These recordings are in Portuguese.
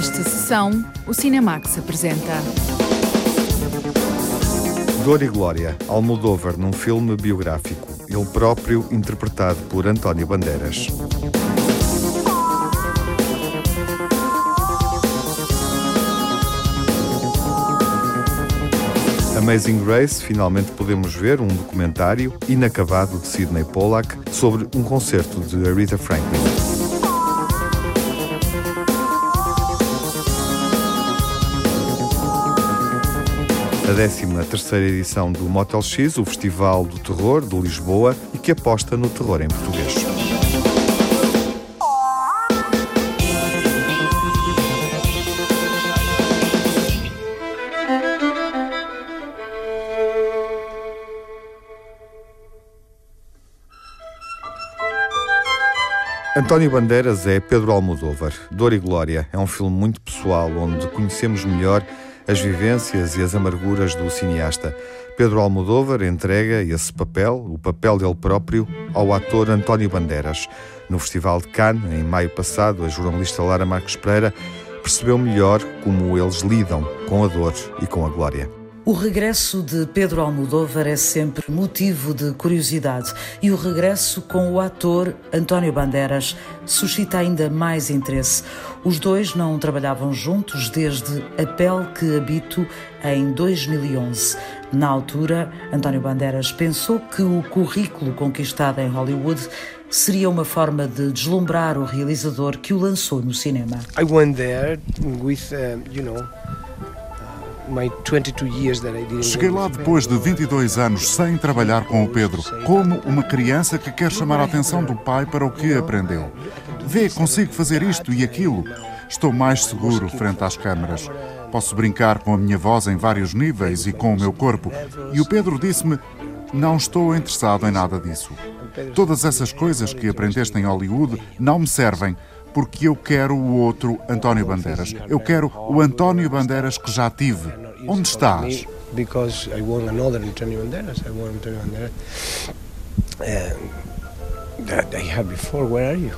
Nesta sessão, o Cinemax apresenta Dor e Glória, Almodóvar num filme biográfico, ele próprio interpretado por António Bandeiras. Amazing Grace, finalmente podemos ver um documentário inacabado de Sidney Pollack sobre um concerto de Aretha Franklin. A 13ª edição do Motel X, o Festival do Terror de Lisboa, e que aposta no terror em português. António Bandeiras é Pedro Almodóvar. Dor e Glória é um filme muito pessoal, onde conhecemos melhor as vivências e as amarguras do cineasta. Pedro Almodóvar entrega esse papel, o papel dele próprio, ao ator António Bandeiras. No Festival de Cannes, em maio passado, a jornalista Lara Marques Pereira percebeu melhor como eles lidam com a dor e com a glória. O regresso de Pedro Almodóvar é sempre motivo de curiosidade e o regresso com o ator António Bandeiras suscita ainda mais interesse. Os dois não trabalhavam juntos desde A Pele que Habito em 2011. Na altura, António Bandeiras pensou que o currículo conquistado em Hollywood seria uma forma de deslumbrar o realizador que o lançou no cinema. I went there with, Cheguei lá depois de 22 anos sem trabalhar com o Pedro, como uma criança que quer chamar a atenção do pai para o que aprendeu. Vê, consigo fazer isto e aquilo. Estou mais seguro frente às câmaras. Posso brincar com a minha voz em vários níveis e com o meu corpo. E o Pedro disse-me, não estou interessado em nada disso. Todas essas coisas que aprendeste em Hollywood não me servem. Porque eu quero o outro António Bandeiras. Eu quero o António Bandeiras que já tive. Onde estás? Because I want another António Bandeiras. I want António Bandeiras that I had before. Where are you?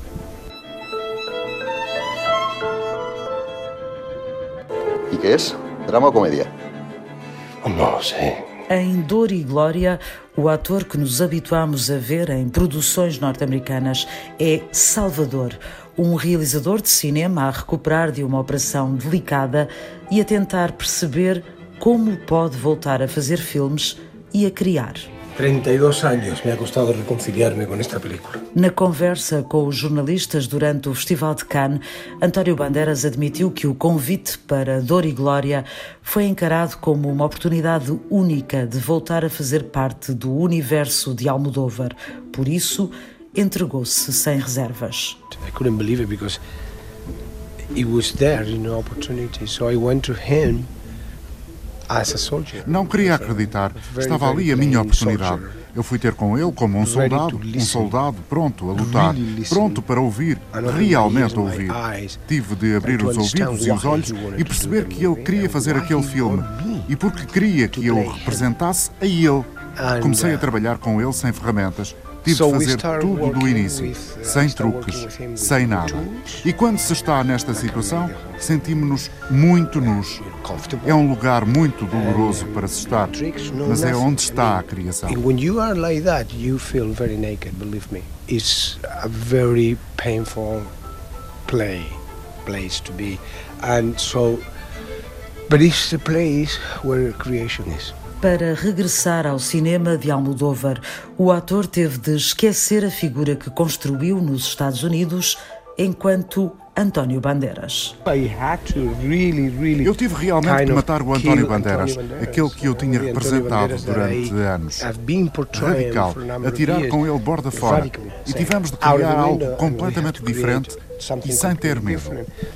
¿Y qué es? ¿Drama o comedia? No sé. Em Dor e Glória, o ator que nos habituamos a ver em produções norte-americanas é Salvador, um realizador de cinema a recuperar de uma operação delicada e a tentar perceber como pode voltar a fazer filmes e a criar. 32 anos me ha custado reconciliar-me com esta película. Na conversa com os jornalistas durante o Festival de Cannes, António Bandeiras admitiu que o convite para Dor e Glória foi encarado como uma oportunidade única de voltar a fazer parte do universo de Almodóvar. Por isso, entregou-se sem reservas. I couldn't believe it because it was there, opportunity. So I went to him. Não queria acreditar. Estava ali a minha oportunidade. Eu fui ter com ele como um soldado pronto a lutar, pronto para ouvir, realmente ouvir. Tive de abrir os ouvidos e os olhos e perceber que ele queria fazer aquele filme. E porque queria que eu o representasse a ele, comecei a trabalhar com ele sem ferramentas. Tive de fazer tudo do início, sem truques, sem nada. E quando se está nesta situação, sentimos-nos muito nus. É um lugar muito doloroso para se estar, mas é onde está a criação. When you are like that, you feel very naked, believe me. It's a very painful place to be. And so, but it's the place where creation is. Para regressar ao cinema de Almodóvar, o ator teve de esquecer a figura que construiu nos Estados Unidos enquanto António Bandeiras. Eu tive realmente de matar o António Bandeiras, aquele que eu tinha representado durante anos. Radical, atirar com ele borda fora. E tivemos de criar algo completamente diferente e sem ter medo.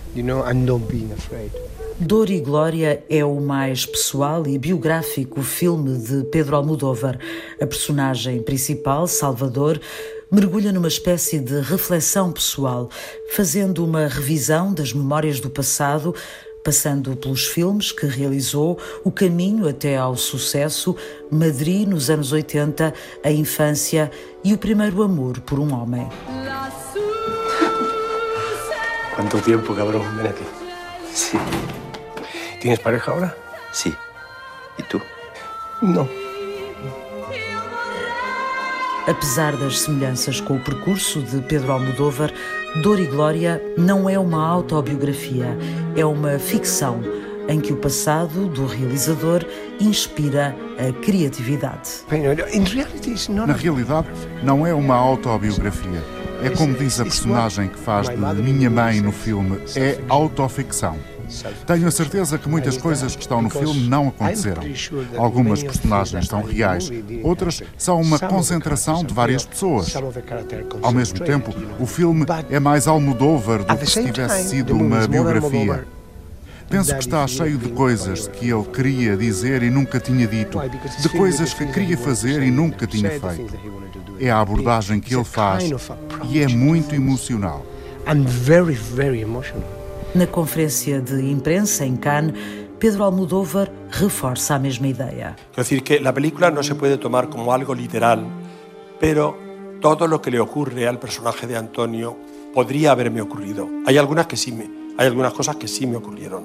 Dor e Glória é o mais pessoal e biográfico filme de Pedro Almodóvar. A personagem principal, Salvador, mergulha numa espécie de reflexão pessoal, fazendo uma revisão das memórias do passado, passando pelos filmes que realizou, o caminho até ao sucesso, Madrid nos anos 80, a infância e o primeiro amor por um homem. Quanto tempo, cabrão? Ven aqui. Sí. ¿Tienes pareja ahora? Sí. ¿Y tú? No. Apesar das semelhanças com o percurso de Pedro Almodóvar, Dor e Glória não é uma autobiografia, é uma ficção em que o passado do realizador inspira a criatividade. Na realidade, não é uma autobiografia. É como diz a personagem que faz de minha mãe no filme, é autoficção. Tenho a certeza que muitas coisas que estão no filme não aconteceram. Algumas personagens são reais, outras são uma concentração de várias pessoas. Ao mesmo tempo, o filme é mais Almodóvar do que se tivesse sido uma biografia. Penso que está cheio de coisas que ele queria dizer e nunca tinha dito, de coisas que queria fazer e nunca tinha feito. É a abordagem que ele faz e é muito emocional. Na conferência de imprensa em Cannes, Pedro Almodóvar reforça a mesma ideia. Quiero decir que la película no se puede tomar como algo literal, pero todo lo que le ocurre al personaje de Antonio podría haberme ocurrido. Hay algunas cosas que sí me ocurrieron,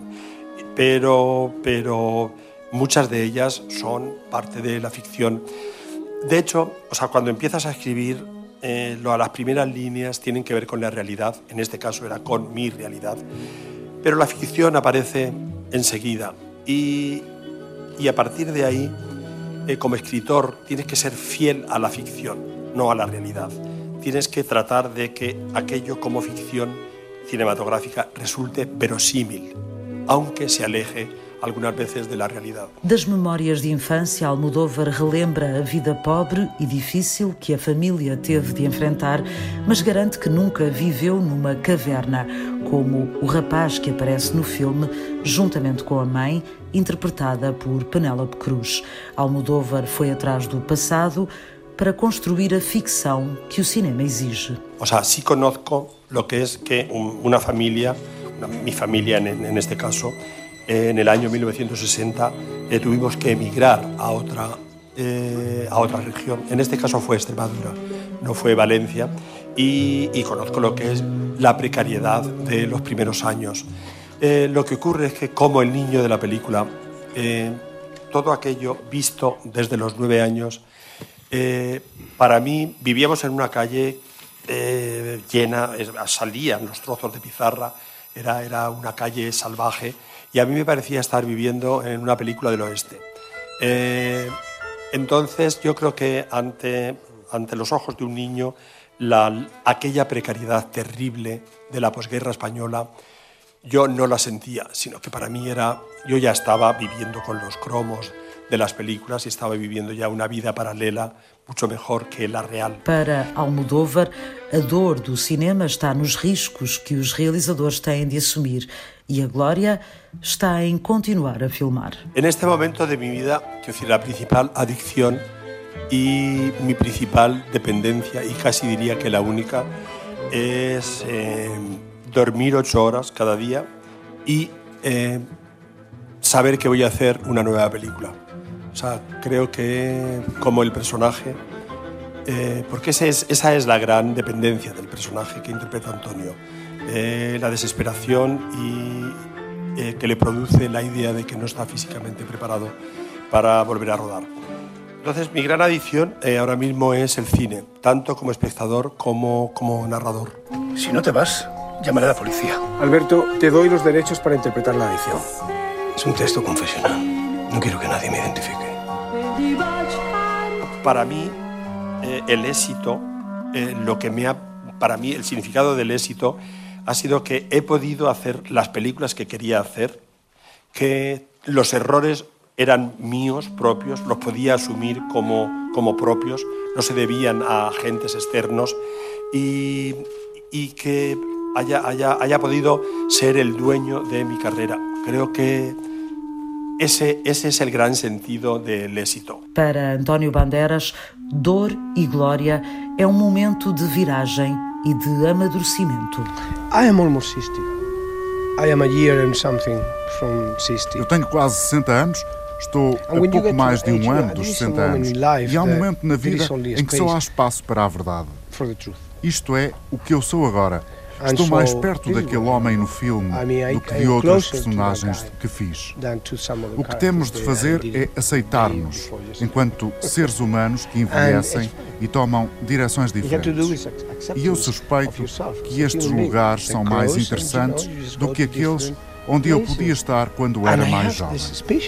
pero muchas de ellas son parte de la ficción. De hecho, cuando empiezas a escribir, las primeras líneas tienen que ver con la realidad, en este caso era con mi realidad, pero la ficción aparece enseguida y a partir de ahí, como escritor, tienes que ser fiel a la ficción, no a la realidad. Tienes que tratar de que aquello como ficción cinematográfica resulte verosímil, aunque se aleje algumas vezes da realidade. Das memórias de infância, Almodóvar relembra a vida pobre e difícil que a família teve de enfrentar, mas garante que nunca viveu numa caverna, como o rapaz que aparece no filme, juntamente com a mãe, interpretada por Penélope Cruz. Almodóvar foi atrás do passado para construir a ficção que o cinema exige. Sí conozco lo que es que una familia, mi familia en este caso, en el año 1960 tuvimos que emigrar a otra región. En este caso fue Extremadura, no fue Valencia. Y conozco lo que es la precariedad de los primeros años. Lo que ocurre es que, como el niño de la película, todo aquello visto desde los 9 años, para mí vivíamos en una calle llena, salían los trozos de pizarra, era una calle salvaje. Y a mí me parecía estar viviendo en una película del oeste. Entonces yo creo que ante los ojos de un niño aquella precariedad terrible de la posguerra española yo no la sentía, sino que para mí yo ya estaba viviendo con los cromos de las películas y estaba viviendo ya una vida paralela muito melhor que a real. Para Almodóvar, a dor do cinema está nos riscos que os realizadores têm de assumir e a glória está em continuar a filmar. En este momento de mi vida, quiero decir, la principal adicción y mi principal dependencia, y casi diría que la única, es dormir 8 horas cada día y saber que voy a hacer una nueva película. Creo que como el personaje, porque esa es la gran dependencia del personaje que interpreta Antonio, la desesperación y que le produce la idea de que no está físicamente preparado para volver a rodar. Entonces mi gran adicción ahora mismo es el cine, tanto como espectador como narrador. Si no te vas, llamaré a la policía. Alberto, te doy los derechos para interpretar la adicción. Es un texto confesional. No quiero que nadie me identifique. Para mí, el éxito, para mí el significado del éxito ha sido que he podido hacer las películas que quería hacer, que los errores eran míos propios, los podía asumir como propios, no se debían a agentes externos y que haya podido ser el dueño de mi carrera. Creo que ese es el gran sentido del éxito. Para António Bandeiras, Dor e Glória é momento de viragem e de amadurecimento. I am almost 60. I am a year and something from 60. Eu tenho quase 60 anos, estou a pouco mais de um ano dos 60 anos. E há um momento na vida em que só há espaço para a verdade. Isto é o que eu sou agora. Estou mais perto daquele homem no filme do que de outras personagens que fiz. O que temos de fazer é aceitar-nos enquanto seres humanos que envelhecem e tomam direções diferentes. E eu suspeito que estes lugares são mais interessantes do que aqueles onde eu podia estar quando era mais jovem.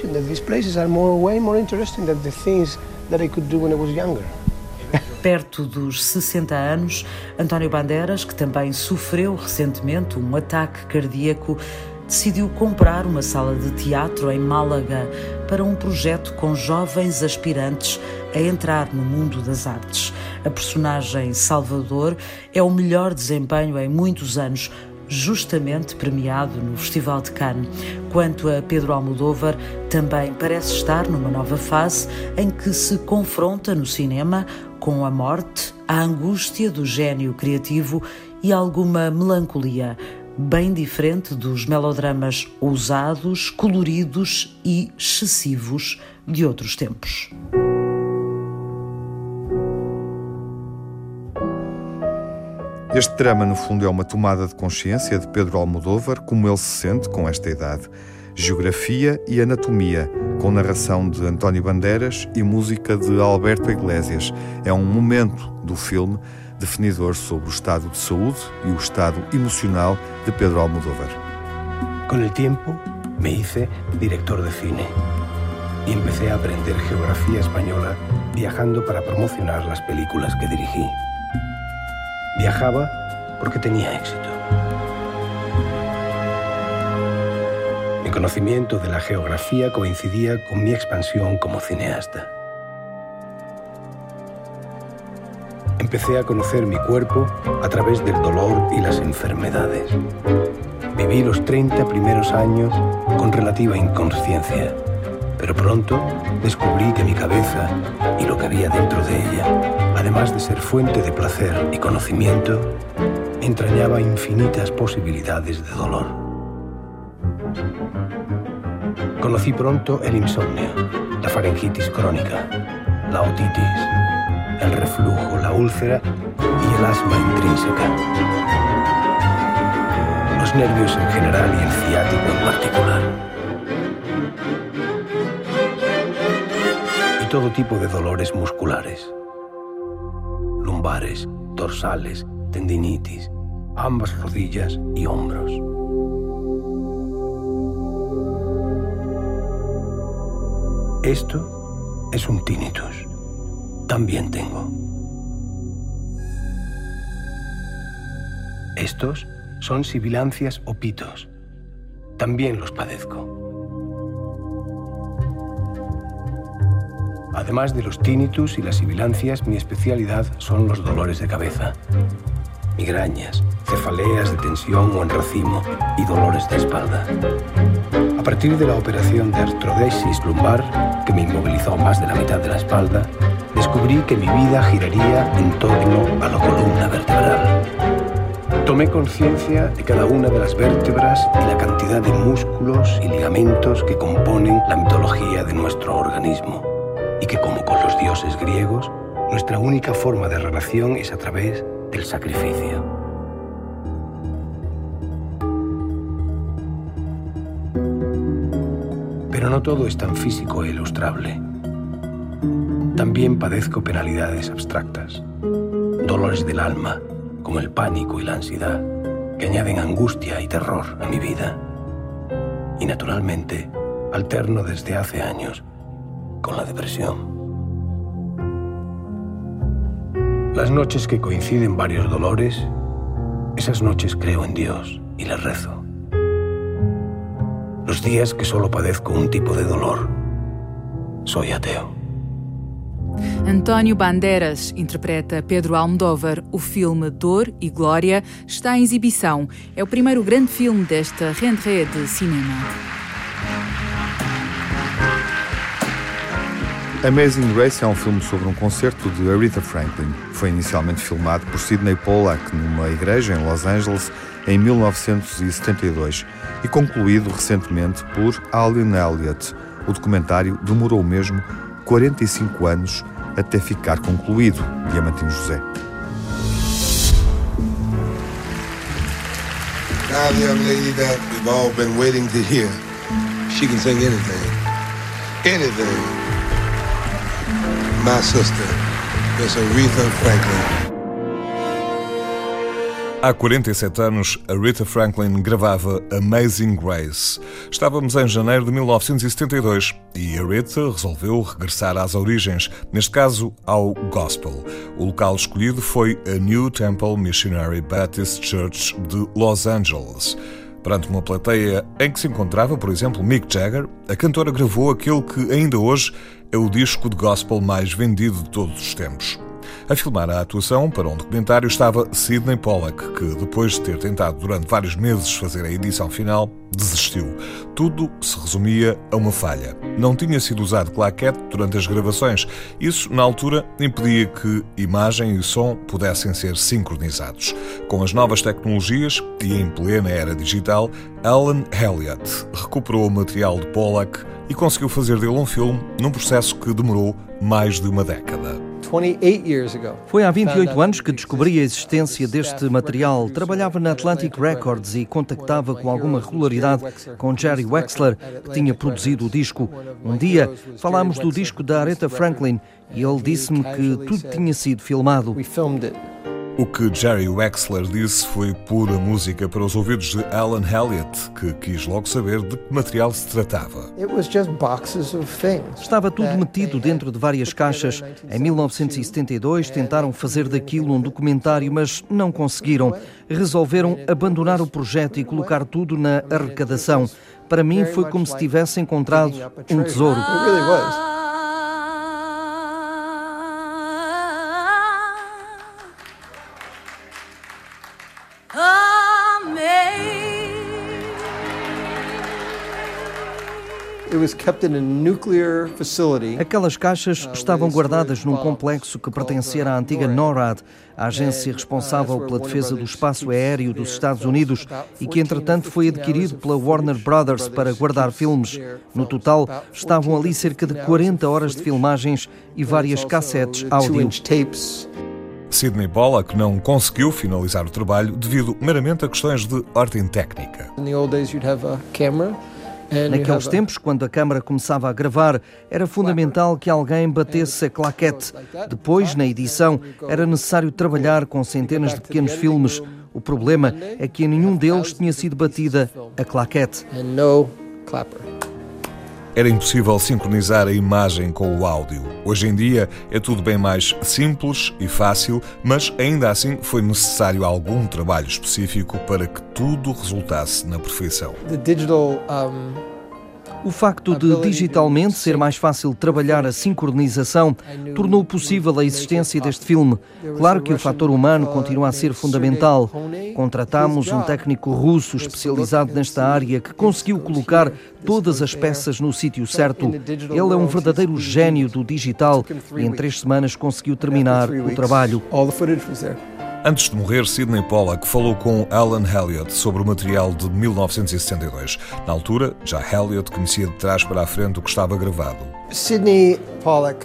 Perto dos 60 anos, António Bandeiras, que também sofreu recentemente um ataque cardíaco, decidiu comprar uma sala de teatro em Málaga para um projeto com jovens aspirantes a entrar no mundo das artes. A personagem Salvador é o melhor desempenho em muitos anos, justamente premiado no Festival de Cannes. Quanto a Pedro Almodóvar, também parece estar numa nova fase em que se confronta no cinema com a morte, a angústia do gênio criativo e alguma melancolia, bem diferente dos melodramas ousados, coloridos e excessivos de outros tempos. Este drama, no fundo, é uma tomada de consciência de Pedro Almodóvar, como ele se sente com esta idade. Geografia e anatomia, com narração de António Bandeiras e música de Alberto Iglesias. É um momento do filme definidor sobre o estado de saúde e o estado emocional de Pedro Almodóvar. Com o tempo, me hice director de cine y empecé a aprender geografía española viajando para promocionar las películas que dirigí. Viajaba porque tenía éxito. Mi conocimiento de la geografía coincidía con mi expansión como cineasta. Empecé a conocer mi cuerpo a través del dolor y las enfermedades. Viví los 30 primeros años con relativa inconsciencia, pero pronto descubrí que mi cabeza y lo que había dentro de ella, además de ser fuente de placer y conocimiento, entrañaba infinitas posibilidades de dolor. Conocí pronto el insomnio, la faringitis crónica, la otitis, el reflujo, la úlcera y el asma intrínseca. Los nervios en general y el ciático en particular. Y todo tipo de dolores musculares. Lumbares, dorsales, tendinitis, ambas rodillas y hombros. Esto es un tinnitus. También tengo. Estos son sibilancias o pitos. También los padezco. Además de los tinnitus y las sibilancias, mi especialidad son los dolores de cabeza. Migrañas, cefaleas de tensión o en racimo y dolores de espalda. A partir de la operación de artrodesis lumbar, que me inmovilizó más de la mitad de la espalda, descubrí que mi vida giraría en torno a la columna vertebral. Tomé conciencia de cada una de las vértebras y la cantidad de músculos y ligamentos que componen la mitología de nuestro organismo, y que, como con los dioses griegos, nuestra única forma de relación es a través del sacrificio. Pero no todo es tan físico e ilustrable. También padezco penalidades abstractas, dolores del alma, como el pánico y la ansiedad, que añaden angustia y terror a mi vida. Y naturalmente, alterno desde hace años con la depresión. Las noches que coinciden varios dolores, esas noches creo en Dios y le rezo. Los días que solo padezco un tipo de dolor, soy ateo. António Bandeiras interpreta Pedro Almodóvar. O filme Dor e Glória está em exibição. É o primeiro grande filme desta rentrée de cinema. Amazing Grace é um filme sobre um concerto de Aretha Franklin. Foi inicialmente filmado por Sidney Pollack numa igreja em Los Angeles em 1972 e concluído recentemente por Allen Elliott. O documentário demorou mesmo 45 anos até ficar concluído. Diamantino José. Now the young lady that we've all been waiting to hear. She can sing anything. Anything. My sister, Miss Aretha Franklin. Há 47 anos, Aretha Franklin gravava Amazing Grace. Estávamos em janeiro de 1972 e Aretha resolveu regressar às origens, neste caso ao gospel. O local escolhido foi a New Temple Missionary Baptist Church de Los Angeles. Perante uma plateia em que se encontrava, por exemplo, Mick Jagger, a cantora gravou aquele que ainda hoje é o disco de gospel mais vendido de todos os tempos. A filmar a atuação para um documentário estava Sydney Pollack, que depois de ter tentado durante vários meses fazer a edição final, desistiu. Tudo se resumia a uma falha. Não tinha sido usado claquete durante as gravações. Isso, na altura, impedia que imagem e som pudessem ser sincronizados. Com as novas tecnologias e em plena era digital, Alan Elliott recuperou o material de Pollack e conseguiu fazer dele um filme num processo que demorou mais de uma década. Foi há 28 anos que descobri a existência deste material. Trabalhava na Atlantic Records e contactava com alguma regularidade com Jerry Wexler, que tinha produzido o disco. Um dia falámos do disco da Aretha Franklin e ele disse-me que tudo tinha sido filmado. O que Jerry Wexler disse foi pura música para os ouvidos de Alan Elliott, que quis logo saber de que material se tratava. Estava tudo metido dentro de várias caixas. Em 1972 tentaram fazer daquilo um documentário, mas não conseguiram. Resolveram abandonar o projeto e colocar tudo na arrecadação. Para mim foi como se tivesse encontrado um tesouro. Aquelas caixas estavam guardadas num complexo que pertencia à antiga NORAD, a agência responsável pela defesa do espaço aéreo dos Estados Unidos e que, entretanto, foi adquirido pela Warner Brothers para guardar filmes. No total, estavam ali cerca de 40 horas de filmagens e várias cassetes áudio. Sydney Pollack não conseguiu finalizar o trabalho devido meramente a questões de ordem técnica. Naqueles tempos, quando a câmara começava a gravar, era fundamental que alguém batesse a claquete. Depois, na edição, era necessário trabalhar com centenas de pequenos filmes. O problema é que em nenhum deles tinha sido batida a claquete. Era impossível sincronizar a imagem com o áudio. Hoje em dia é tudo bem mais simples e fácil, mas ainda assim foi necessário algum trabalho específico para que tudo resultasse na perfeição. O facto de digitalmente ser mais fácil trabalhar a sincronização tornou possível a existência deste filme. Claro que o fator humano continua a ser fundamental. Contratámos um técnico russo especializado nesta área que conseguiu colocar todas as peças no sítio certo. Ele é um verdadeiro gênio do digital e em 3 semanas conseguiu terminar o trabalho. Antes de morrer, Sydney Pollack falou com Alan Elliott sobre o material de 1972. Na altura, já Elliott conhecia de trás para a frente o que estava gravado. Sydney Pollack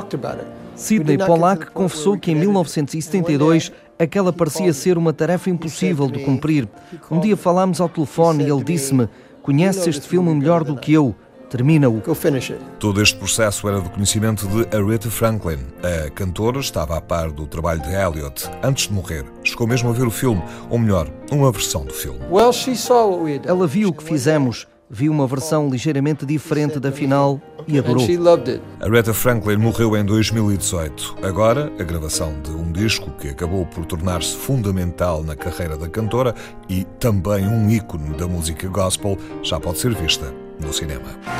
confessou que em 1972 aquela parecia ser uma tarefa impossível de cumprir. Um dia falámos ao telefone e ele disse-me: "Conheces este filme melhor do que eu. Termina-o." Todo este processo era do conhecimento de Aretha Franklin. A cantora estava a par do trabalho de Elliott. Antes de morrer, chegou mesmo a ver o filme, ou melhor, uma versão do filme. Ela viu o que fizemos, viu uma versão ligeiramente diferente da final e adorou. Aretha Franklin morreu em 2018. Agora, a gravação de um disco que acabou por tornar-se fundamental na carreira da cantora e também um ícone da música gospel já pode ser vista no cinema.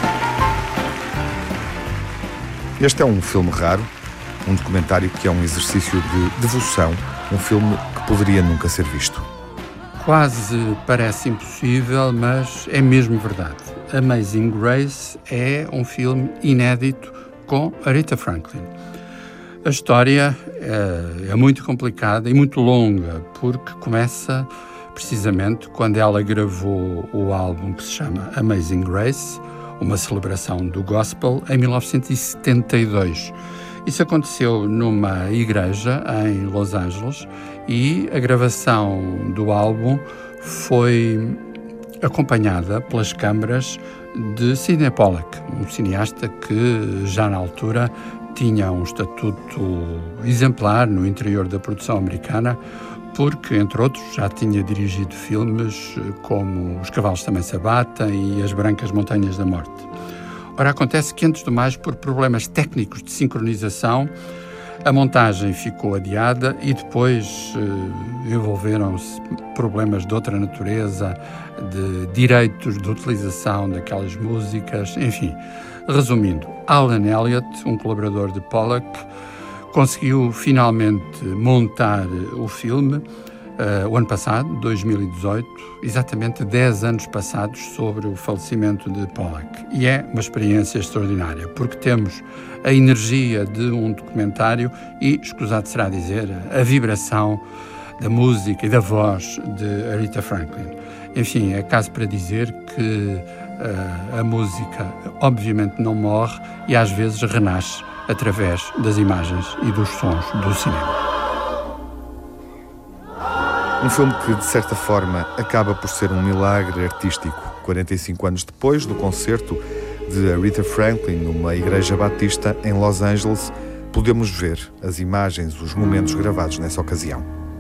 Este é um filme raro, um documentário que é um exercício de devoção, um filme que poderia nunca ser visto. Quase parece impossível, mas é mesmo verdade. Amazing Grace é um filme inédito com Aretha Franklin. A história é muito complicada e muito longa, porque começa precisamente quando ela gravou o álbum que se chama Amazing Grace, uma celebração do gospel, em 1972. Isso aconteceu numa igreja em Los Angeles e a gravação do álbum foi acompanhada pelas câmaras de Sidney Pollack, um cineasta que já na altura tinha um estatuto exemplar no interior da produção americana, porque, entre outros, já tinha dirigido filmes como Os Cavalos Também Se Abatem e As Brancas Montanhas da Morte. Ora, acontece que, antes do mais, por problemas técnicos de sincronização, a montagem ficou adiada e depois envolveram-se problemas de outra natureza, de direitos de utilização daquelas músicas, enfim. Resumindo, Alan Elliott, um colaborador de Pollack, conseguiu finalmente montar o filme o ano passado, 2018, exatamente 10 anos passados sobre o falecimento de Pollack. E é uma experiência extraordinária, porque temos a energia de um documentário e, escusado será dizer, a vibração da música e da voz de Aretha Franklin. Enfim, é caso para dizer que a música obviamente não morre e às vezes renasce através das imagens e dos sons do cinema. Um filme que, de certa forma, acaba por ser um milagre artístico. 45 anos depois do concerto de Aretha Franklin numa igreja batista em Los Angeles, podemos ver as imagens, os momentos gravados nessa ocasião.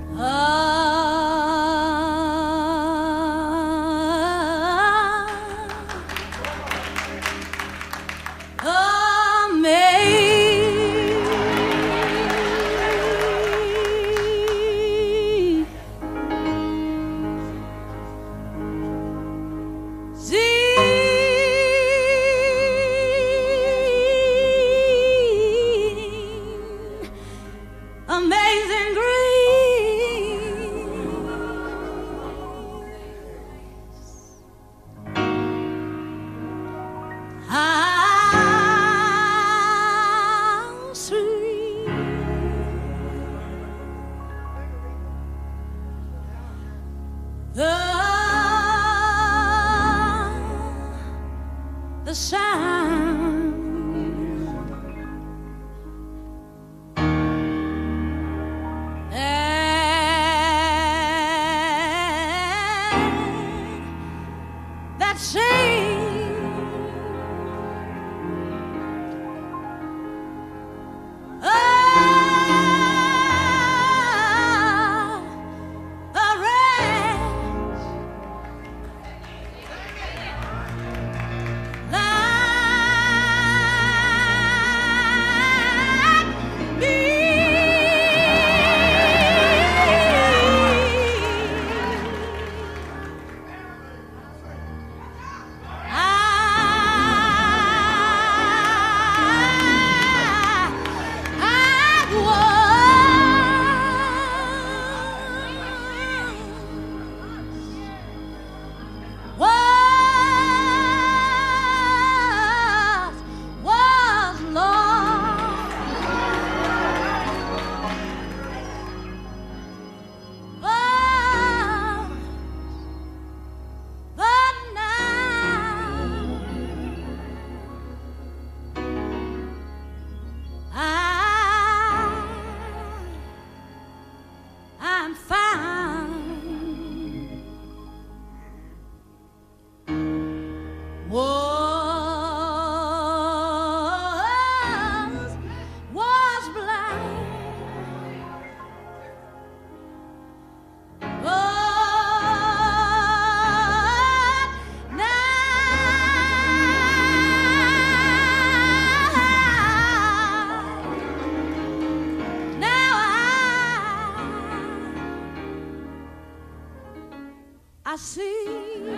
I see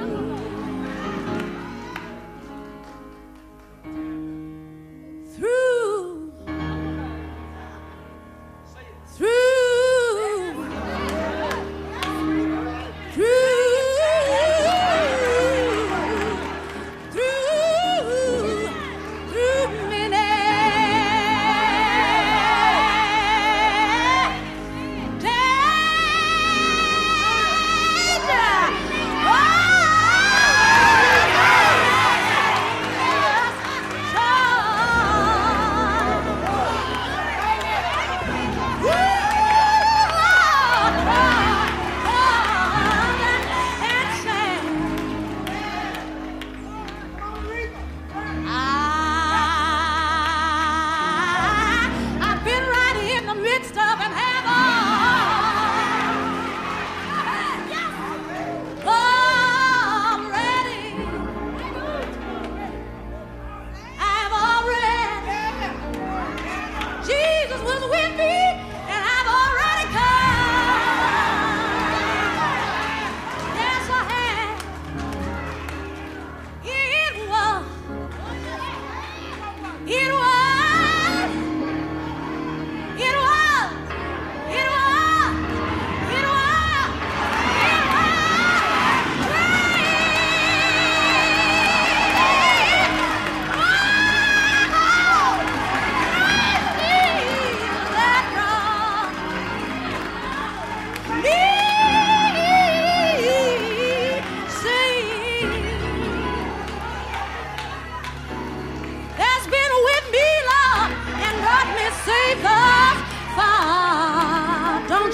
through many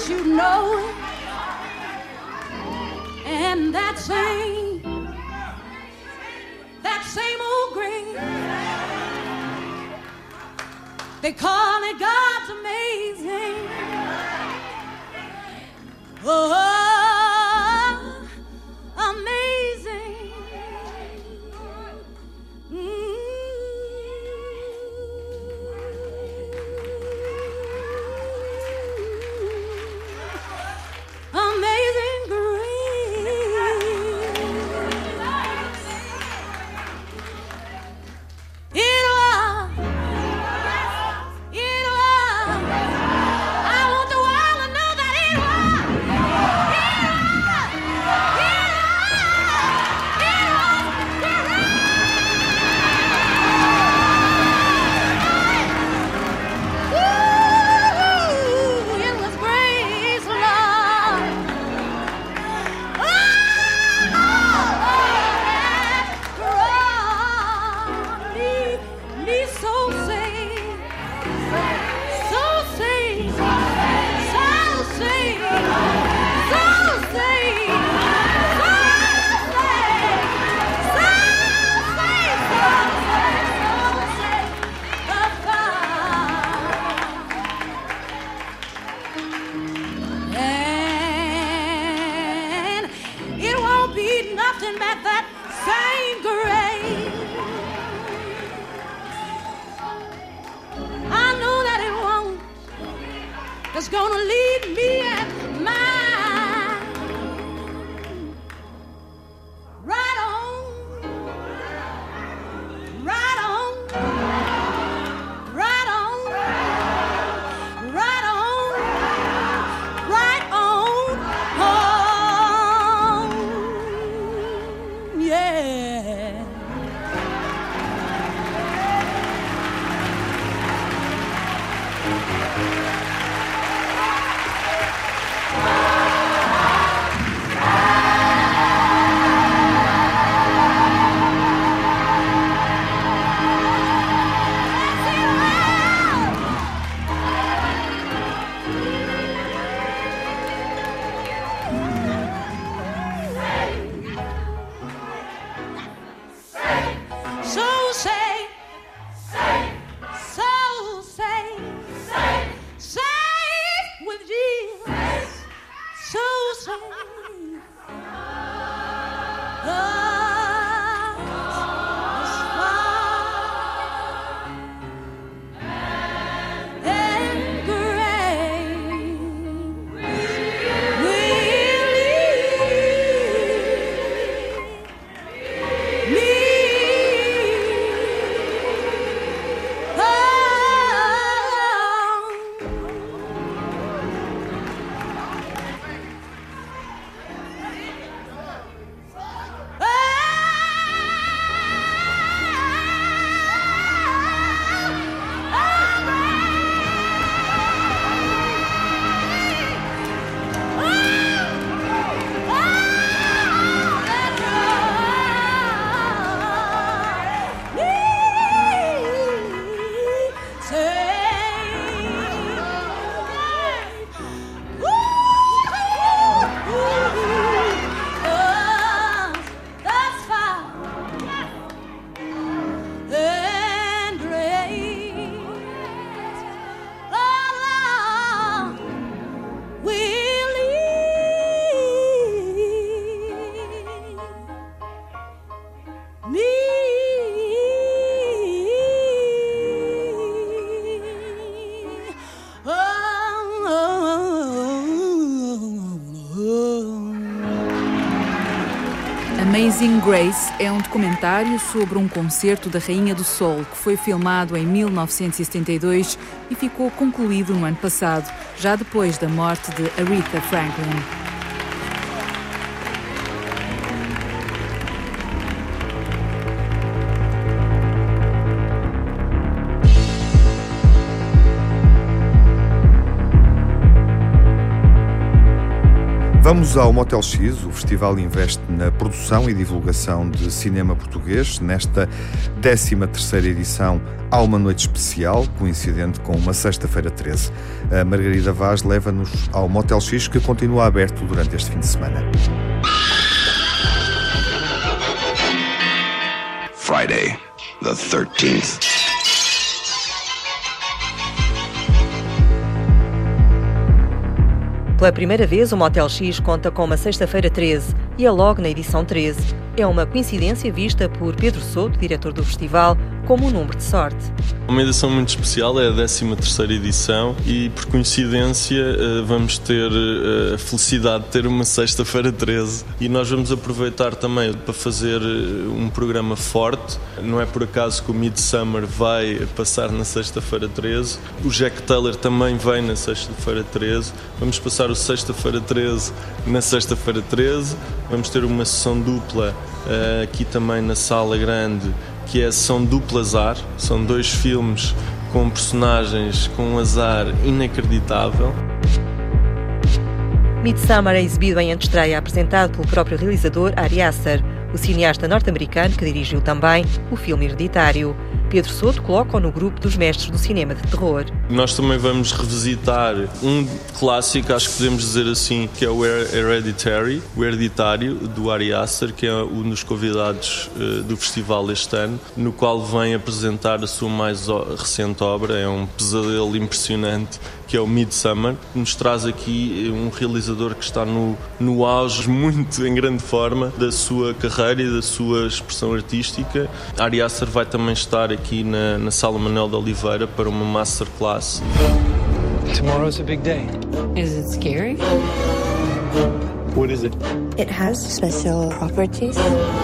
wish you'd know it. And that same old grave, they call it God's amazing. Oh, amazing. Amazing grace. It was. I want the world to know that it was. It was grace, Lord. Me so saved, so saved, so saved, so saved, so saved, and it won't be nothing but that same grace. I know that it won't. It's gonna lead me at mine. Right on, right on, right on, right on, right on, home. Yeah. So say, so say, safe with Jesus. So say, and grace will lead me. Amazing Grace é um documentário sobre um concerto da Rainha do Soul que foi filmado em 1972 e ficou concluído no ano passado, já depois da morte de Aretha Franklin. Vamos ao Motel X. O festival investe na produção e divulgação de cinema português. Nesta 13ª edição há uma noite especial, coincidente com uma sexta-feira 13. A Margarida Vaz leva-nos ao Motel X, que continua aberto durante este fim de semana. Friday, the 13th. Pela primeira vez, o Motel X conta com uma sexta-feira 13 e é logo na edição 13. É uma coincidência vista por Pedro Souto, diretor do festival, como um número de sorte. Uma edição muito especial, é a 13ª edição e, por coincidência, vamos ter a felicidade de ter uma sexta-feira 13 e nós vamos aproveitar também para fazer um programa forte. Não é por acaso que o Midsommar vai passar na sexta-feira 13, o Jack Taylor também vem na sexta-feira 13, vamos passar o sexta-feira 13 na sexta-feira 13, vamos ter uma sessão dupla aqui também na Sala Grande, que é a sessão duplo azar. São 2 filmes com personagens com um azar inacreditável. Midsommar é exibido em antestreia, apresentado pelo próprio realizador Ari Aster, o cineasta norte-americano que dirigiu também o filme Hereditário. Pedro Souto coloca-o no grupo dos mestres do cinema de terror. Nós também vamos revisitar um clássico, acho que podemos dizer assim, que é o Hereditary, o Hereditário, do Ari Aster, que é um dos convidados do festival este ano, no qual vem apresentar a sua mais recente obra. É um pesadelo impressionante, que é o Midsommar. Nos traz aqui um realizador que está no auge, muito em grande forma, da sua carreira e da sua expressão artística. Ari Aster vai também estar aqui na Sala Manuel de Oliveira para uma masterclass. Tomorrow's a big day. Is it scary? What is it? It has special properties.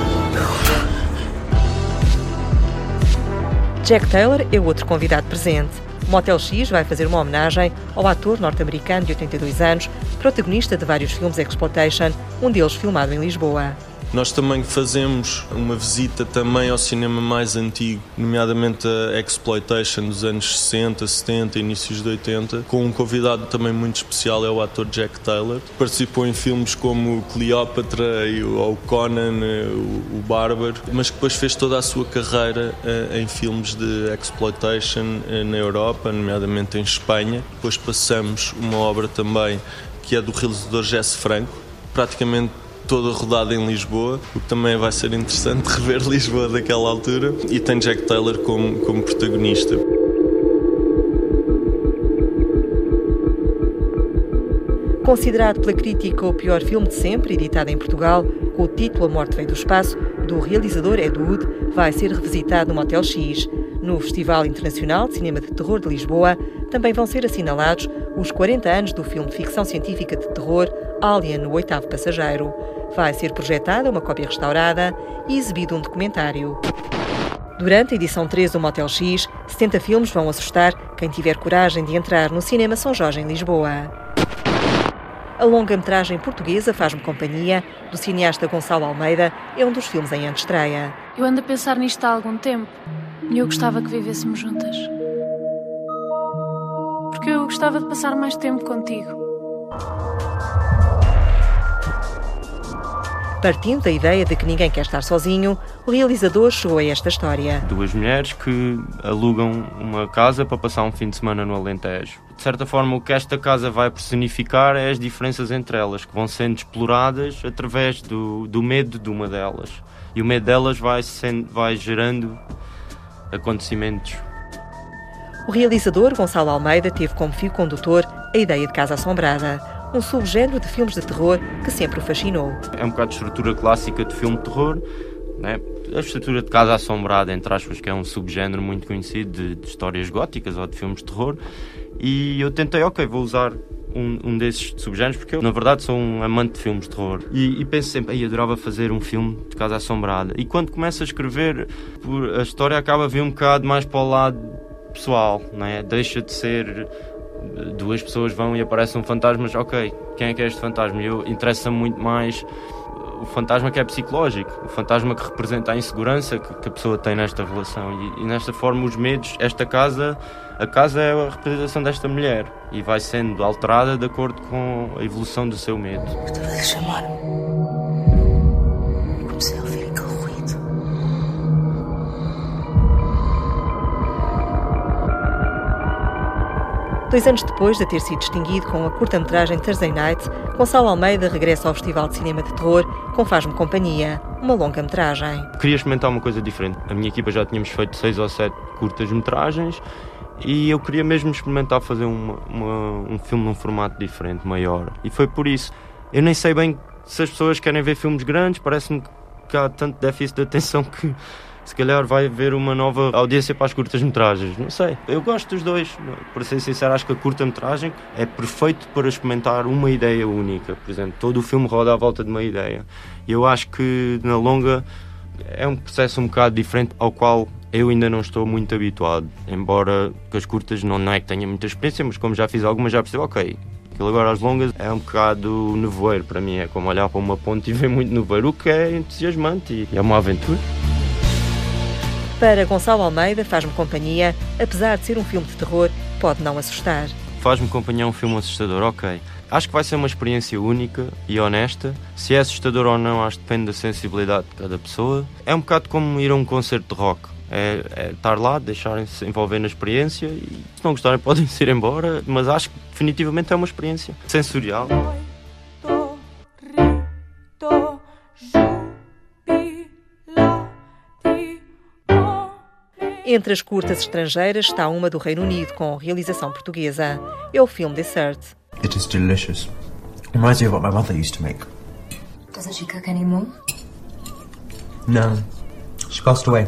Jack Taylor é o outro convidado presente. O Motel X vai fazer uma homenagem ao ator norte-americano de 82 anos, protagonista de vários filmes exploitation, um deles filmado em Lisboa. Nós também fazemos uma visita também ao cinema mais antigo, nomeadamente a exploitation dos anos 60, 70, inícios de 80, com um convidado também muito especial, é o ator Jack Taylor. Participou em filmes como Cleópatra, o Conan, o Bárbaro, mas que depois fez toda a sua carreira em filmes de exploitation na Europa, nomeadamente em Espanha. Depois passamos uma obra também que é do realizador Jesse Franco, praticamente toda rodada em Lisboa, o que também vai ser interessante rever Lisboa daquela altura, e tem Jack Taylor como protagonista. Considerado pela crítica o pior filme de sempre, editado em Portugal, com o título A Morte Veio do Espaço, do realizador Ed Wood, vai ser revisitado no Motel X. No Festival Internacional de Cinema de Terror de Lisboa, também vão ser assinalados os 40 anos do filme de ficção científica de terror Alien, o Oitavo Passageiro. Vai ser projetada uma cópia restaurada e exibido um documentário. Durante a edição 13 do Motel X, 70 filmes vão assustar quem tiver coragem de entrar no Cinema São Jorge em Lisboa. A longa-metragem portuguesa Faz-me Companhia, do cineasta Gonçalo Almeida, é um dos filmes em antestreia. Eu ando a pensar nisto há algum tempo e eu gostava que vivêssemos juntas. Porque eu gostava de passar mais tempo contigo. Partindo da ideia de que ninguém quer estar sozinho, o realizador chegou a esta história. 2 mulheres que alugam uma casa para passar um fim de semana no Alentejo. De certa forma, o que esta casa vai personificar é as diferenças entre elas, que vão sendo exploradas através do medo de uma delas. E o medo delas vai gerando acontecimentos. O realizador Gonçalo Almeida teve como fio condutor a ideia de Casa Assombrada, um subgénero de filmes de terror que sempre o fascinou. É um bocado de estrutura clássica de filme de terror, né? A estrutura de Casa Assombrada, entre aspas, que é um subgénero muito conhecido de histórias góticas ou de filmes de terror, e eu tentei, vou usar um desses subgéneros, porque eu, na verdade, sou um amante de filmes de terror. E penso sempre, adorava fazer um filme de Casa Assombrada. E quando começo a escrever, a história acaba a vir um bocado mais para o lado pessoal, né? Deixa de ser 2 pessoas vão e aparecem fantasmas, quem é que é este fantasma? Interessa-me muito mais o fantasma que é psicológico, o fantasma que representa a insegurança que a pessoa tem nesta relação. E nesta forma, os medos, a casa é a representação desta mulher e vai sendo alterada de acordo com a evolução do seu medo. Estava a chamar-me. E comecei a ouvir aquele ruído. Dois anos depois de ter sido distinguido com a curta-metragem Thursday Night, Gonçalo Almeida regressa ao Festival de Cinema de Terror com Faz-me Companhia, uma longa-metragem. Queria experimentar uma coisa diferente. A minha equipa já tínhamos feito 6 ou 7 curtas-metragens e eu queria mesmo experimentar fazer um filme num formato diferente, maior. E foi por isso. Eu nem sei bem se as pessoas querem ver filmes grandes, parece-me que há tanto déficit de atenção que se calhar vai haver uma nova audiência para as curtas-metragens. Não sei, eu gosto dos dois. Para ser sincero, acho que a curta-metragem é perfeito para experimentar uma ideia única. Por exemplo, todo o filme roda à volta de uma ideia. E eu acho que na longa é um processo um bocado diferente ao qual eu ainda não estou muito habituado. Embora com as curtas não é que tenha muita experiência, mas como já fiz algumas já percebo, ok, aquilo agora às longas é um bocado nevoeiro para mim. É como olhar para uma ponte e ver muito nevoeiro, o que é entusiasmante e é uma aventura. Para Gonçalo Almeida, Faz-me Companhia, apesar de ser um filme de terror, pode não assustar. Faz-me Companhia é um filme assustador, ok. Acho que vai ser uma experiência única e honesta. Se é assustador ou não, acho que depende da sensibilidade de cada pessoa. É um bocado como ir a um concerto de rock. É estar lá, deixarem-se envolver na experiência e se não gostarem podem ir embora, mas acho que definitivamente é uma experiência sensorial. Entre as curtas estrangeiras está uma do Reino Unido, com realização portuguesa. É o filme Dessert. It is delicious. Reminds me of what my mother used to make. Doesn't she cook anymore? No. She passed away.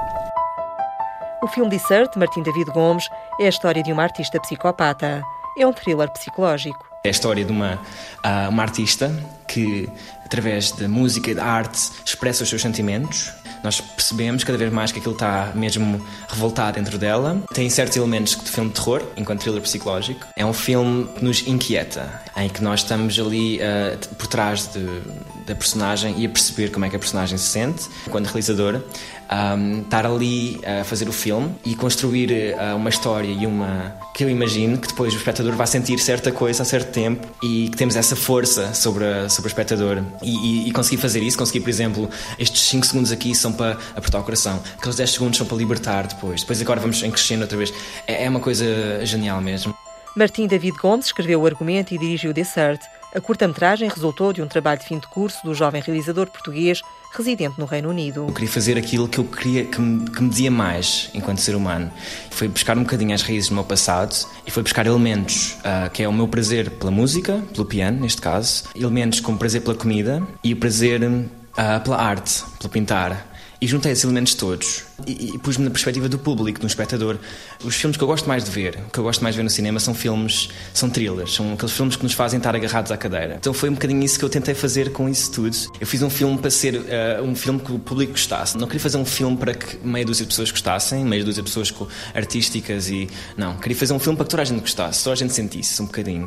O filme Dessert, de Martim David Gomes, é a história de uma artista psicopata. É um thriller psicológico. É a história de uma artista que, através da música e da arte, expressa os seus sentimentos. Nós percebemos cada vez mais que aquilo está mesmo revoltado dentro dela. Tem certos elementos de filme de terror, enquanto thriller psicológico. É um filme que nos inquieta, em que nós estamos ali por trás da personagem e a perceber como é que a personagem se sente. Enquanto realizadora, estar ali a fazer o filme e construir uma história e que eu imagino que depois o espectador vai sentir certa coisa a certo tempo e que temos essa força sobre o espectador e conseguir fazer isso, conseguir, por exemplo, estes 5 segundos aqui são para apertar o coração, aqueles 10 segundos são para libertar depois agora vamos em crescendo outra vez. É uma coisa genial mesmo. Martim David Gomes escreveu o argumento e dirigiu Dessert. A curta-metragem resultou de um trabalho de fim de curso do jovem realizador português residente no Reino Unido. Eu queria fazer aquilo que eu queria que me dizia mais enquanto ser humano. Foi buscar um bocadinho as raízes do meu passado e foi buscar elementos que é o meu prazer pela música, pelo piano neste caso, elementos como prazer pela comida e o prazer pela arte, pelo pintar. E juntei esses elementos todos e pus-me na perspectiva do público, do espectador. Os filmes que eu gosto mais de ver, o que eu gosto mais de ver no cinema são thrillers, são aqueles filmes que nos fazem estar agarrados à cadeira. Então foi um bocadinho isso que eu tentei fazer com isso tudo. Eu fiz um filme para ser um filme que o público gostasse. Não queria fazer um filme para que meia dúzia de pessoas gostassem, meia dúzia de pessoas artísticas e... Não, queria fazer um filme para que toda a gente gostasse, toda a gente sentisse um bocadinho.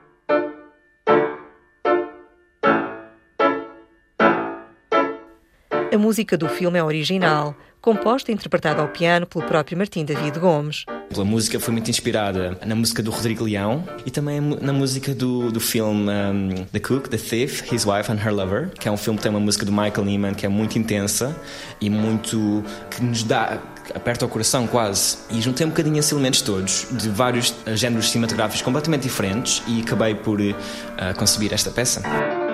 A música do filme é original, composta e interpretada ao piano pelo próprio Martim David Gomes. A música foi muito inspirada na música do Rodrigo Leão e também na música do filme The Cook, The Thief, His Wife and Her Lover, que é um filme que tem uma música do Michael Nyman que é muito intensa e muito... que nos dá... aperta o coração quase. E juntei um bocadinho esses elementos todos, de vários géneros cinematográficos completamente diferentes e acabei por conceber esta peça.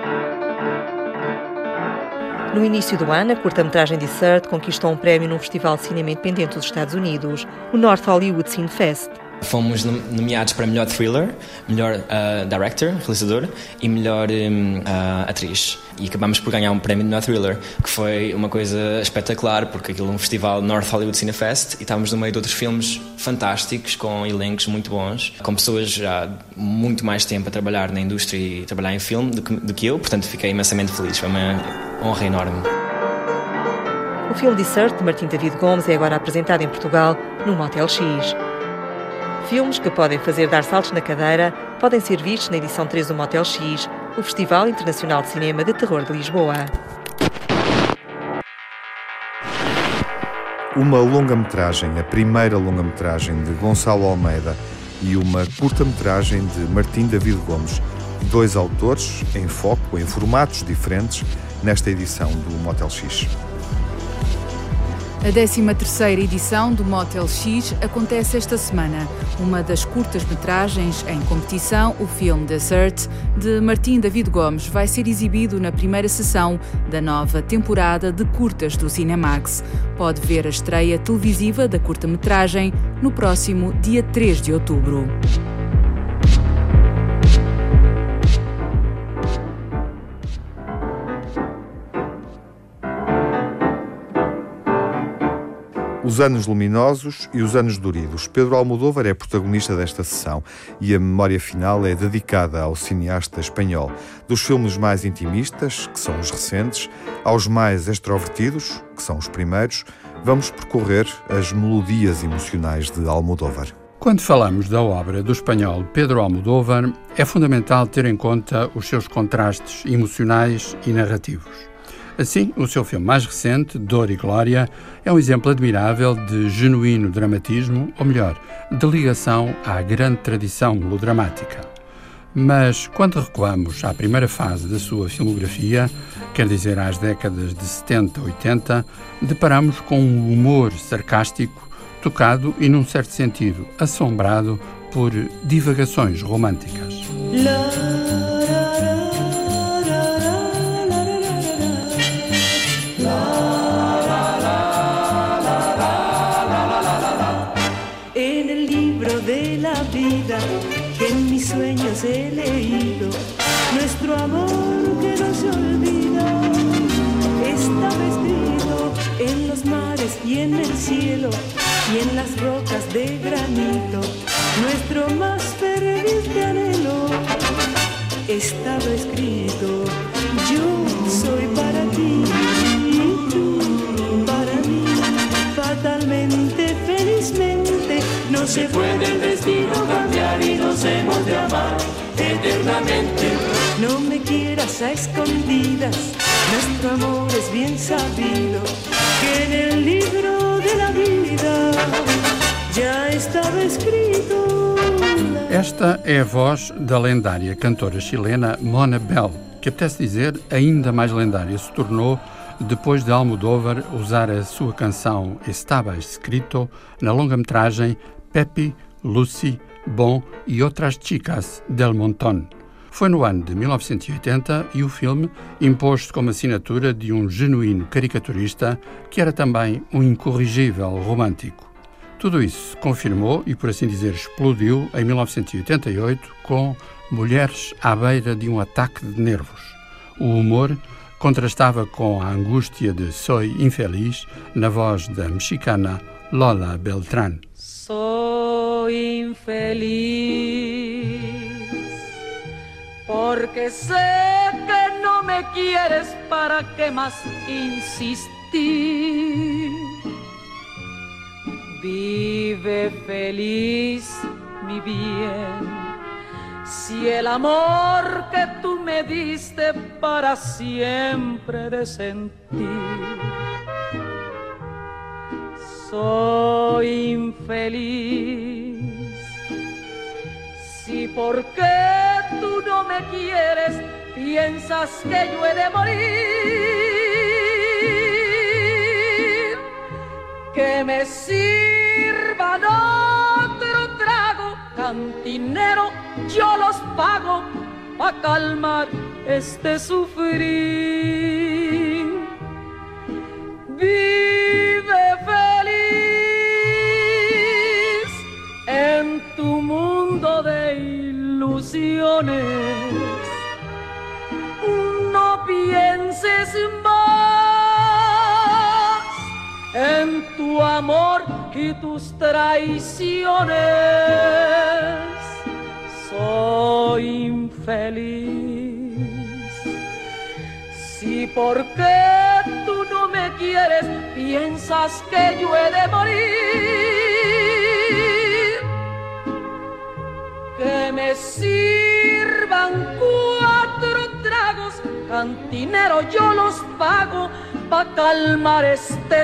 No início do ano, a curta-metragem Dessert conquistou um prémio num festival de cinema independente dos Estados Unidos, o North Hollywood Cine Fest. Fomos nomeados para melhor thriller, melhor director, realizador e melhor atriz. E acabamos por ganhar um prémio de melhor thriller, que foi uma coisa espetacular, porque aquilo é um festival North Hollywood Cine Fest e estávamos no meio de outros filmes fantásticos, com elencos muito bons, com pessoas já muito mais tempo a trabalhar na indústria e trabalhar em filme do que eu, portanto fiquei imensamente feliz, foi uma honra enorme. O filme Dessert, de Martim David Gomes, é agora apresentado em Portugal no Motel X. Filmes que podem fazer dar saltos na cadeira podem ser vistos na edição 3 do Motel X, o Festival Internacional de Cinema de Terror de Lisboa. Uma longa-metragem, a primeira longa-metragem de Gonçalo Almeida e uma curta-metragem de Martim David Gomes. 2 autores em foco, em formatos diferentes, nesta edição do Motel X. A 13ª edição do Motel X acontece esta semana. Uma das curtas-metragens em competição, o filme Desert, de Martim David Gomes, vai ser exibido na primeira sessão da nova temporada de curtas do Cinemax. Pode ver a estreia televisiva da curta-metragem no próximo dia 3 de outubro. Os anos luminosos e os anos doridos. Pedro Almodóvar é protagonista desta sessão e a memória final é dedicada ao cineasta espanhol. Dos filmes mais intimistas, que são os recentes, aos mais extrovertidos, que são os primeiros, vamos percorrer as melodias emocionais de Almodóvar. Quando falamos da obra do espanhol Pedro Almodóvar, é fundamental ter em conta os seus contrastes emocionais e narrativos. Assim, o seu filme mais recente, Dor e Glória, é um exemplo admirável de genuíno dramatismo, ou melhor, de ligação à grande tradição melodramática. Mas, quando recuamos à primeira fase da sua filmografia, quer dizer às décadas de 70 e 80, deparamos com um humor sarcástico, tocado e, num certo sentido, assombrado por divagações românticas. Que en mis sueños he leído, nuestro amor que no se olvida, estaba escrito en los mares y en el cielo y en las rocas de granito, nuestro más ferviente anhelo, estaba escrito, yo soy para ti y tú para mí, fatalmente, felizmente, no se puede el destino cambiar y nos hemos de amar eternamente. No me quieras a escondidas, nuestro amor es bien sabido, que en el libro de la vida já estava escrito. Esta é a voz da lendária cantora chilena Mona Bell, que apetece dizer ainda mais lendária se tornou depois de Almodóvar usar a sua canção Estaba Escrito na longa-metragem Pepe, Lucy, Bon e Outras Chicas del Montón. Foi no ano de 1980 e o filme impôs-se como assinatura de um genuíno caricaturista que era também um incorrigível romântico. Tudo isso se confirmou e, por assim dizer, explodiu em 1988 com Mulheres à beira de um ataque de nervos. O humor contrastava com a angústia de Soy infeliz na voz da mexicana Lola Beltrán. Soy infeliz porque sé que no me quieres, para qué más insistir. Vive feliz, mi bien, si el amor que tú me diste para siempre de sentir. Soy infeliz si porque tú no me quieres piensas que yo he de morir. Que me sirvan otro trago, cantinero, yo los pago pa' calmar este sufrir. Vive feliz en tu mundo de ilusiones. No pienses más en tu amor y tus traiciones. Soy infeliz si porque tú no me quieres piensas que yo he de morir. Que me sirvan 4 cantinero, yo los pago pa calmar este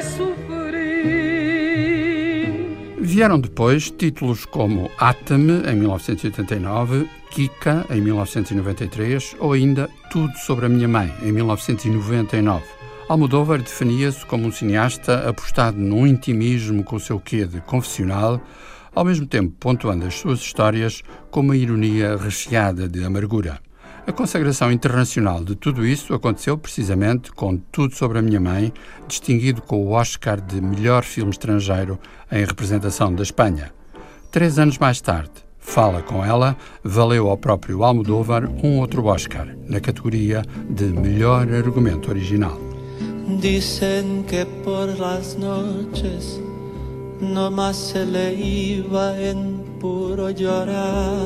sufrir. Vieram depois títulos como Ata-me, em 1989, Kika, em 1993, ou ainda Tudo sobre a Minha Mãe, em 1999. Almodóvar definia-se como um cineasta apostado num intimismo com o seu quê de confessional, ao mesmo tempo pontuando as suas histórias com uma ironia recheada de amargura. A consagração internacional de tudo isso aconteceu precisamente com Tudo sobre a Minha Mãe, distinguido com o Oscar de melhor filme estrangeiro em representação da Espanha. 3 anos mais tarde, Fala com Ela valeu ao próprio Almodóvar um outro Oscar, na categoria de melhor argumento original. Dicen que por las noches no más se le iba en puro llorar.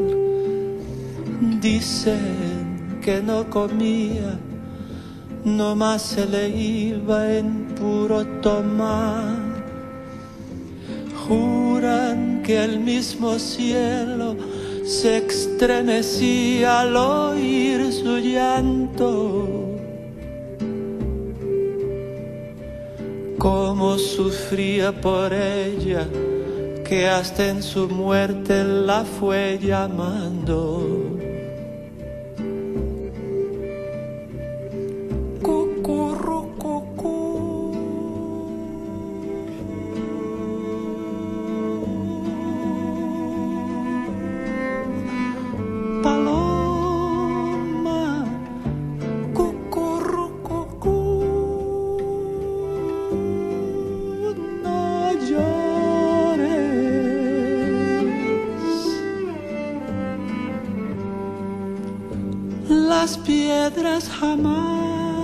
Dicen que no comía, no más se le iba en puro tomar. Juran que el mismo cielo se estremecía al oír su llanto. Cómo sufría por ella, que hasta en su muerte la fue llamando. Las piedras jamás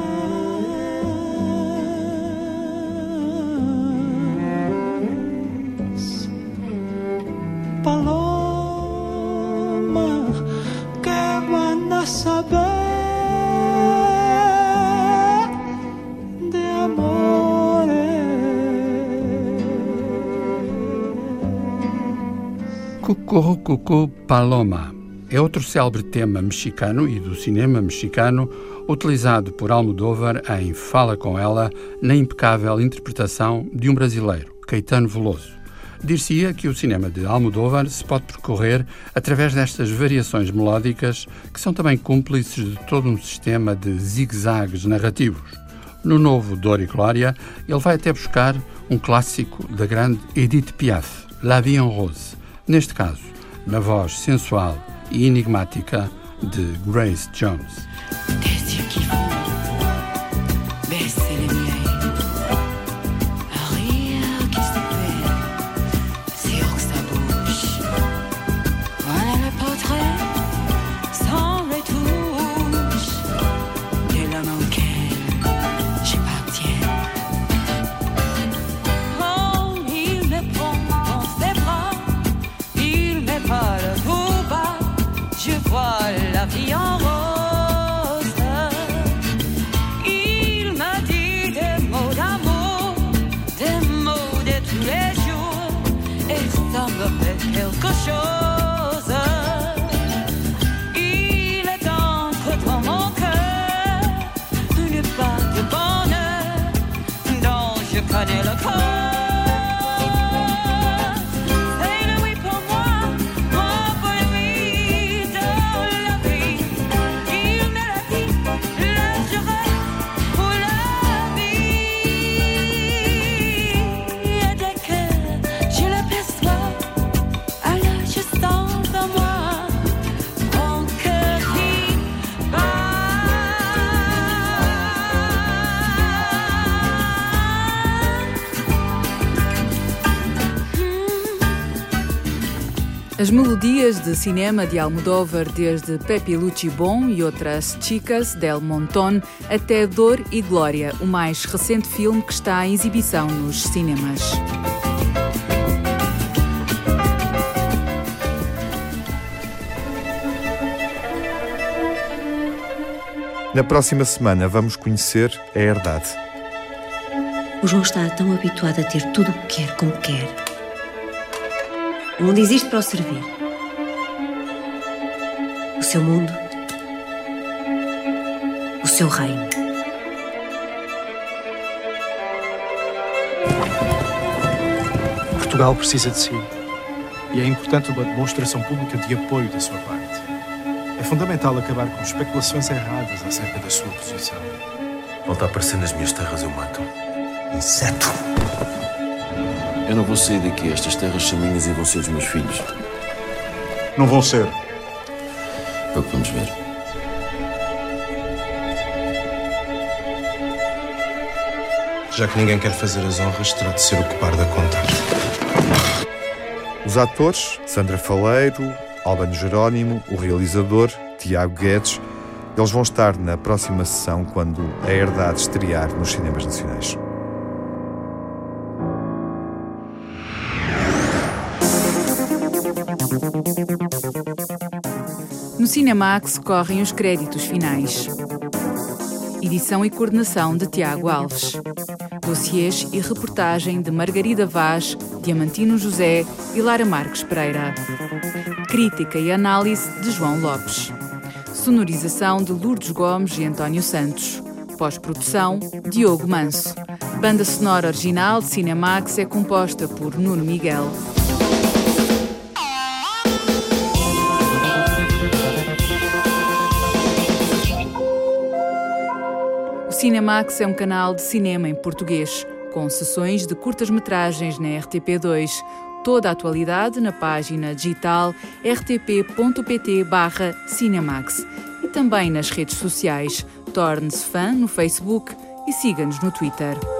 paloma, que van a saber de amores. Cucurrucucu Paloma é outro célebre tema mexicano e do cinema mexicano utilizado por Almodóvar em Fala com Ela, na impecável interpretação de um brasileiro, Caetano Veloso. Dir-se-ia que o cinema de Almodóvar se pode percorrer através destas variações melódicas que são também cúmplices de todo um sistema de zigue-zagues narrativos. No novo Dor e Glória, ele vai até buscar um clássico da grande Edith Piaf, La Vie en Rose, neste caso, na voz sensual e enigmática de Grace Jones. La vie en rose. Il m'a dit des mots d'amour, des mots de tous les jours, et ça me fait quelque chose. Il est encore dans mon cœur une part de bonheur dont je connais le corps. As melodias de cinema de Almodóvar, desde Pepe Luchi Bon e outras Chicas del Montón até Dor e Glória, o mais recente filme que está em exibição nos cinemas. Na próxima semana vamos conhecer a herdade. O João está tão habituado a ter tudo o que quer como quer. O mundo existe para o servir. O seu mundo, o seu reino. Portugal precisa de si. E é importante uma demonstração pública de apoio da sua parte. É fundamental acabar com especulações erradas acerca da sua posição. Volta a aparecer nas minhas terras, eu mato. Inseto! Eu não vou sair daqui. Estas terras são minhas e vão ser dos meus filhos. Não vão ser. É o que vamos ver. Já que ninguém quer fazer as honras, terá de ser o que par da conta. Os atores, Sandra Faleiro, Albano Jerónimo, o realizador, Tiago Guedes, eles vão estar na próxima sessão quando A Herdade estrear nos cinemas nacionais. No Cinemax correm os créditos finais. Edição e coordenação de Tiago Alves. Dossiês e reportagem de Margarida Vaz, Diamantino José e Lara Marques Pereira. Crítica e análise de João Lopes. Sonorização de Lourdes Gomes e António Santos. Pós-produção, Diogo Manso. Banda sonora original de Cinemax é composta por Nuno Miguel. O Cinemax é um canal de cinema em português, com sessões de curtas-metragens na RTP2. Toda a atualidade na página digital rtp.pt/Cinemax e também nas redes sociais. Torne-se fã no Facebook e siga-nos no Twitter.